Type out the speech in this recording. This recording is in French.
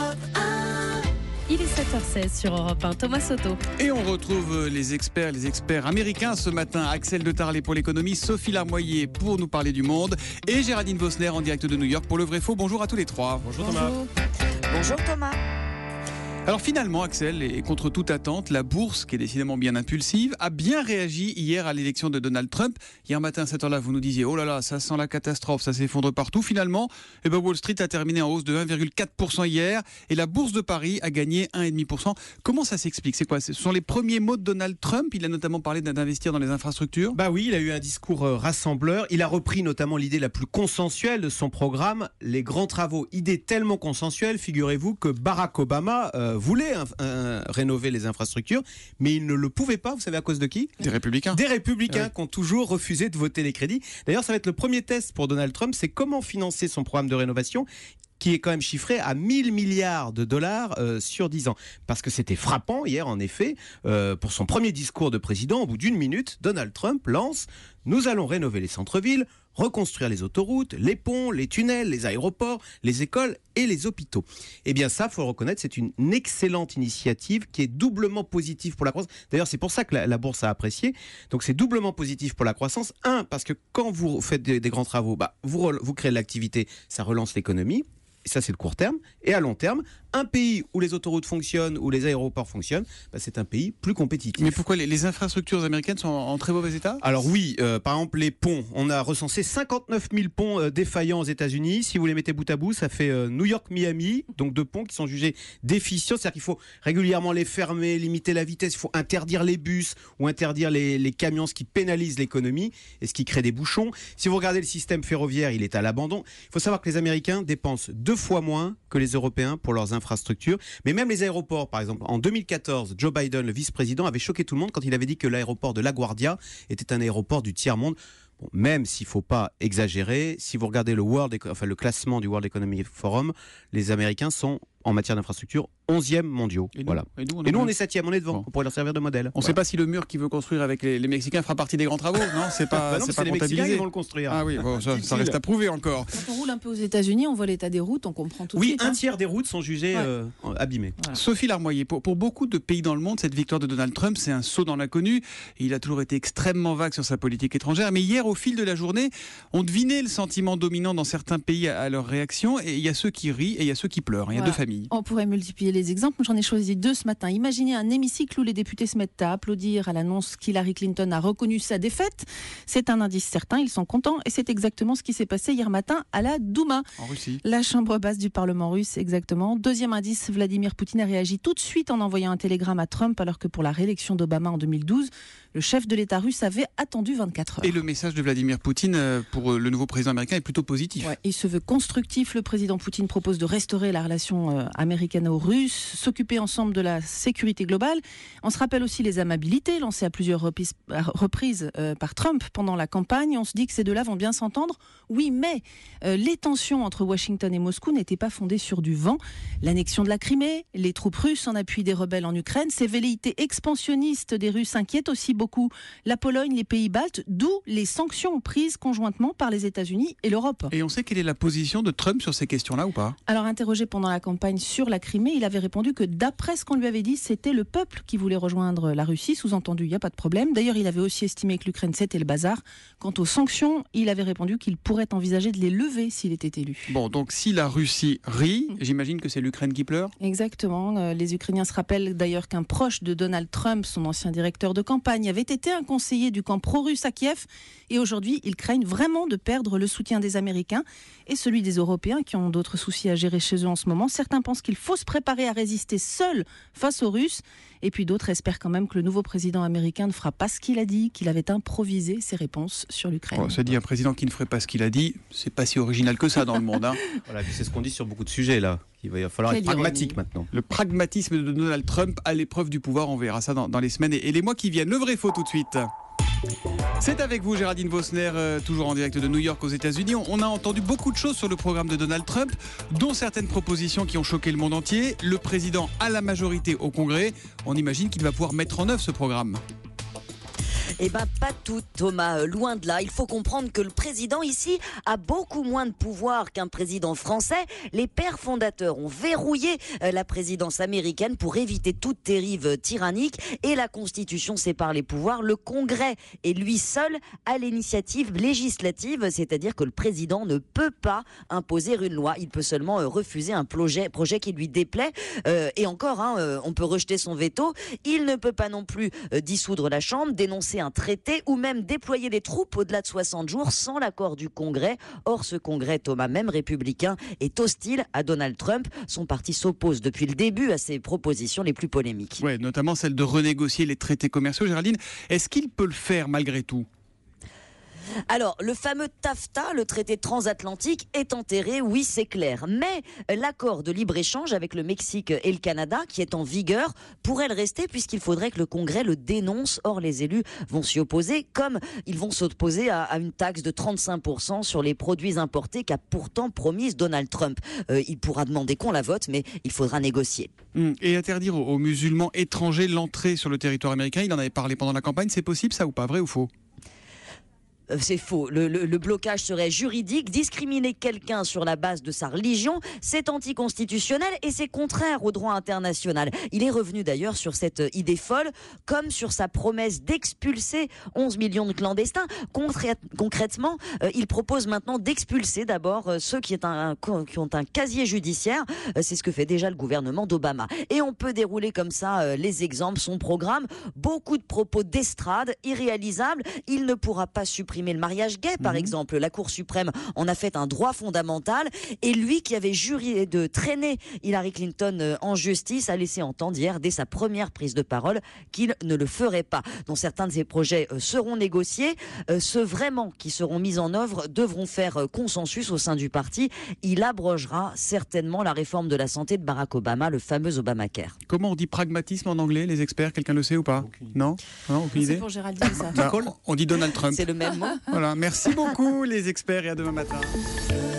Il est 7h16 sur Europe 1. Thomas Soto. Et on retrouve les experts américains ce matin. Axel de Tarlet pour l'économie, Sophie Larmoyer pour nous parler du monde et Géraldine Vosner en direct de New York pour le vrai faux. Bonjour à tous les trois. Bonjour Thomas. Bonjour Thomas. Alors finalement, Axel, et contre toute attente, la bourse, qui est décidément bien impulsive, a bien réagi hier à l'élection de Donald Trump. Hier matin à cette heure-là, vous nous disiez, oh là là, ça sent la catastrophe, ça s'effondre partout. Finalement, Wall Street a terminé en hausse de 1,4% hier et la bourse de Paris a gagné 1,5%. Comment ça s'explique ? C'est quoi ? Ce sont les premiers mots de Donald Trump ? Il a notamment parlé d'investir dans les infrastructures. Bah oui, il a eu un discours rassembleur. Il a repris notamment l'idée la plus consensuelle de son programme, les grands travaux. Idée tellement consensuelle, figurez-vous, que Barack Obama voulait rénover les infrastructures, mais il ne le pouvait pas. Vous savez à cause de qui ? Des républicains. Des républicains oui. Qui ont toujours refusé de voter les crédits. D'ailleurs, ça va être le premier test pour Donald Trump, c'est comment financer son programme de rénovation, qui est quand même chiffré à 1000 milliards de dollars sur 10 ans. Parce que c'était frappant hier, en effet, pour son premier discours de président, au bout d'une minute, Donald Trump lance « Nous allons rénover les centres-villes, reconstruire les autoroutes, les ponts, les tunnels, les aéroports, les écoles et les hôpitaux. » Eh bien ça, il faut le reconnaître, c'est une excellente initiative qui est doublement positive pour la croissance. D'ailleurs, c'est pour ça que la bourse a apprécié. Donc c'est doublement positif pour la croissance. Un, parce que quand vous faites des grands travaux, vous créez de l'activité, ça relance l'économie. Et ça, c'est le court terme. Et à long terme, un pays où les autoroutes fonctionnent, où les aéroports fonctionnent, c'est un pays plus compétitif. Mais pourquoi les infrastructures américaines sont en très mauvais état ? Alors oui, par exemple les ponts. On a recensé 59 000 ponts défaillants aux États-Unis. Si vous les mettez bout à bout, ça fait New York-Miami, donc 2 ponts qui sont jugés déficients. C'est-à-dire qu'il faut régulièrement les fermer, limiter la vitesse. Il faut interdire les bus ou interdire les camions, ce qui pénalise l'économie et ce qui crée des bouchons. Si vous regardez le système ferroviaire, il est à l'abandon. Il faut savoir que les Américains dépensent 2 fois moins que les Européens pour leurs infrastructures. Mais même les aéroports, par exemple, en 2014, Joe Biden, le vice-président, avait choqué tout le monde quand il avait dit que l'aéroport de LaGuardia était un aéroport du tiers-monde. Bon, même s'il ne faut pas exagérer, si vous regardez le classement du World Economic Forum, les Américains sont, en matière d'infrastructure, 11e mondiaux. Et nous, voilà. et nous, on est 7e, on est devant. Bon. On pourrait leur servir de modèle. On ne sait pas si le mur qu'il veut construire avec les Mexicains fera partie des grands travaux, non ? C'est pas, non, c'est pas les comptabilisé. Mexicains qui vont le construire. Ah oui, bon, ça reste à prouver encore. Quand on roule un peu aux États-Unis, on voit l'état des routes, on comprend tout de oui, suite. Oui, un tiers des routes sont jugées abîmées. Voilà. Sophie Larmoyer, pour beaucoup de pays dans le monde, cette victoire de Donald Trump, c'est un saut dans l'inconnu. Il a toujours été extrêmement vague sur sa politique étrangère. Mais hier, au fil de la journée, on devinait le sentiment dominant dans certains pays à leur réaction. Et il y a ceux qui rient et il y a ceux qui pleurent. Il y a 2 familles. On pourrait multiplier les exemples. J'en ai choisi 2 ce matin. Imaginez un hémicycle où les députés se mettent à applaudir à l'annonce qu'Hillary Clinton a reconnu sa défaite. C'est un indice certain, ils sont contents. Et c'est exactement ce qui s'est passé hier matin à la Douma. En Russie. La chambre basse du Parlement russe, exactement. 2e indice, Vladimir Poutine a réagi tout de suite en envoyant un télégramme à Trump, alors que pour la réélection d'Obama en 2012, le chef de l'État russe avait attendu 24 heures. Et le message de Vladimir Poutine pour le nouveau président américain est plutôt positif. Ouais, il se veut constructif. Le président Poutine propose de restaurer la relation américano-russe, s'occuper ensemble de la sécurité globale. On se rappelle aussi les amabilités lancées à plusieurs reprises par Trump pendant la campagne. On se dit que ces 2-là vont bien s'entendre. Oui, mais les tensions entre Washington et Moscou n'étaient pas fondées sur du vent. L'annexion de la Crimée, les troupes russes en appui des rebelles en Ukraine, ces velléités expansionnistes des Russes inquiètent aussi beaucoup la Pologne, les pays baltes, d'où les sanctions prises conjointement par les États-Unis et l'Europe. Et on sait quelle est la position de Trump sur ces questions-là ou pas ? Alors interrogé pendant la campagne sur la Crimée, il avait répondu que d'après ce qu'on lui avait dit, c'était le peuple qui voulait rejoindre la Russie, sous-entendu, il n'y a pas de problème. D'ailleurs, il avait aussi estimé que l'Ukraine, c'était le bazar. Quant aux sanctions, il avait répondu qu'il pourrait envisager de les lever s'il était élu. Bon, donc si la Russie rit, j'imagine que c'est l'Ukraine qui pleure ? Exactement. Les Ukrainiens se rappellent d'ailleurs qu'un proche de Donald Trump, son ancien directeur de campagne, avait été un conseiller du camp pro-russe à Kiev. Et aujourd'hui, ils craignent vraiment de perdre le soutien des Américains et celui des Européens qui ont d'autres soucis à gérer chez eux en ce moment. Certains pensent qu'il faut se préparer à résister seul face aux Russes. Et puis d'autres espèrent quand même que le nouveau président américain ne fera pas ce qu'il a dit, qu'il avait improvisé ses réponses sur l'Ukraine. On se dit un président qui ne ferait pas ce qu'il a dit, c'est pas si original que ça dans le monde. Hein. Voilà, c'est ce qu'on dit sur beaucoup de sujets là. Il va falloir être pragmatique maintenant. Le pragmatisme de Donald Trump à l'épreuve du pouvoir, on verra ça dans les semaines et les mois qui viennent. Le vrai faux tout de suite. C'est avec vous, Géraldine Vosner, toujours en direct de New York aux États-Unis. On a entendu beaucoup de choses sur le programme de Donald Trump, dont certaines propositions qui ont choqué le monde entier. Le président a la majorité au Congrès. On imagine qu'il va pouvoir mettre en œuvre ce programme. Eh ben pas tout, Thomas, loin de là. Il faut comprendre que le président ici a beaucoup moins de pouvoir qu'un président français. Les pères fondateurs ont verrouillé la présidence américaine pour éviter toute dérive tyrannique et la Constitution sépare les pouvoirs. Le Congrès est lui seul à l'initiative législative, c'est-à-dire que le président ne peut pas imposer une loi. Il peut seulement refuser un projet qui lui déplaît. Et encore, on peut rejeter son veto. Il ne peut pas non plus dissoudre la Chambre, dénoncer un traité ou même déployer des troupes au-delà de 60 jours sans l'accord du Congrès. Or, ce Congrès, Thomas, même républicain, est hostile à Donald Trump. Son parti s'oppose depuis le début à ses propositions les plus polémiques. Ouais, notamment celle de renégocier les traités commerciaux. Géraldine, est-ce qu'il peut le faire malgré tout ? Alors, le fameux TAFTA, le traité transatlantique, est enterré, oui, c'est clair. Mais l'accord de libre-échange avec le Mexique et le Canada, qui est en vigueur, pourrait le rester puisqu'il faudrait que le Congrès le dénonce. Or, les élus vont s'y opposer, comme ils vont s'opposer à une taxe de 35% sur les produits importés qu'a pourtant promise Donald Trump. Il pourra demander qu'on la vote, mais il faudra négocier. Et interdire aux musulmans étrangers l'entrée sur le territoire américain, il en avait parlé pendant la campagne, c'est possible ça ou pas, vrai ou faux ? C'est faux. Le blocage serait juridique. Discriminer quelqu'un sur la base de sa religion, c'est anticonstitutionnel et c'est contraire au droit international. Il est revenu d'ailleurs sur cette idée folle, comme sur sa promesse d'expulser 11 millions de clandestins. Concrètement, il propose maintenant d'expulser d'abord ceux qui ont un casier judiciaire. C'est ce que fait déjà le gouvernement d'Obama. Et on peut dérouler comme ça les exemples, son programme. Beaucoup de propos d'estrade, irréalisables. Il ne pourra pas supprimer le mariage gay, par exemple. La Cour suprême en a fait un droit fondamental et lui qui avait juré de traîner Hillary Clinton en justice a laissé entendre hier, dès sa première prise de parole, qu'il ne le ferait pas. Donc certains de ces projets seront négociés. Ceux vraiment qui seront mis en œuvre devront faire consensus au sein du parti. Il abrogera certainement la réforme de la santé de Barack Obama, le fameux Obamacare. Comment on dit pragmatisme en anglais, les experts? Quelqu'un le sait ou pas? Non, aucune idée. C'est pour Géraldine, ça. On dit Donald Trump. C'est le même mot. Voilà, merci beaucoup les experts et à demain matin.